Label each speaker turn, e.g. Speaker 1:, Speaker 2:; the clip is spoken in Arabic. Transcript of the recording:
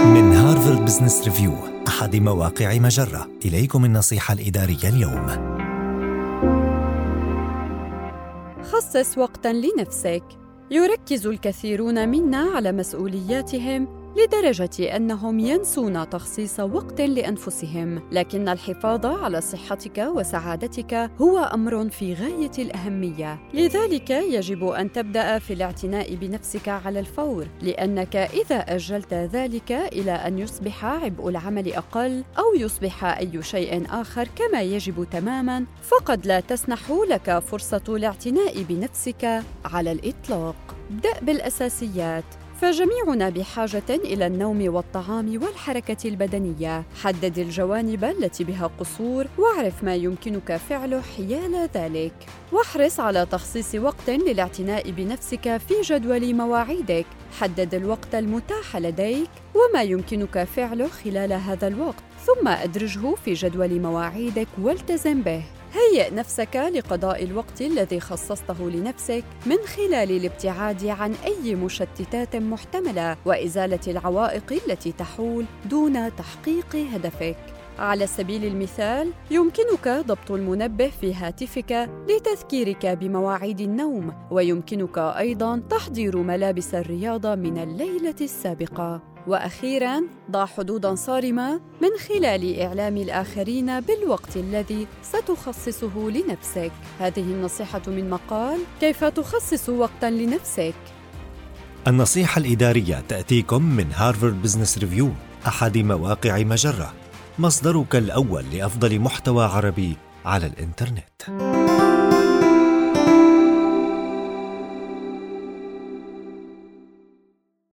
Speaker 1: من هارفارد بزنس ريفيو، أحد مواقع مجرة، إليكم النصيحة الإدارية اليوم.
Speaker 2: خصص وقتاً لنفسك. يركز الكثيرون منا على مسؤولياتهم لدرجة أنهم ينسون تخصيص وقت لأنفسهم، لكن الحفاظ على صحتك وسعادتك هو أمر في غاية الأهمية. لذلك يجب أن تبدأ في الاعتناء بنفسك على الفور، لأنك إذا أجلت ذلك إلى أن يصبح عبء العمل أقل أو يصبح أي شيء آخر كما يجب تماماً، فقد لا تسنح لك فرصة الاعتناء بنفسك على الإطلاق. ابدأ بالأساسيات، فجميعنا بحاجة إلى النوم والطعام والحركة البدنية. حدد الجوانب التي بها قصور واعرف ما يمكنك فعله حيال ذلك، واحرص على تخصيص وقت للاعتناء بنفسك في جدول مواعيدك. حدد الوقت المتاح لديك وما يمكنك فعله خلال هذا الوقت، ثم أدرجه في جدول مواعيدك والتزم به. هيئ نفسك لقضاء الوقت الذي خصصته لنفسك من خلال الابتعاد عن أي مشتتات محتملة وإزالة العوائق التي تحول دون تحقيق هدفك. على سبيل المثال، يمكنك ضبط المنبه في هاتفك لتذكيرك بمواعيد النوم، ويمكنك أيضاً تحضير ملابس الرياضة من الليلة السابقة. وأخيراً، ضع حدوداً صارمة من خلال إعلام الآخرين بالوقت الذي ستخصصه لنفسك. هذه النصيحة من مقال كيف تخصص وقتاً لنفسك.
Speaker 1: النصيحة الإدارية تأتيكم من هارفارد بزنس ريفيو، أحد مواقع مجرة، مصدرك الأول لأفضل محتوى عربي على الإنترنت.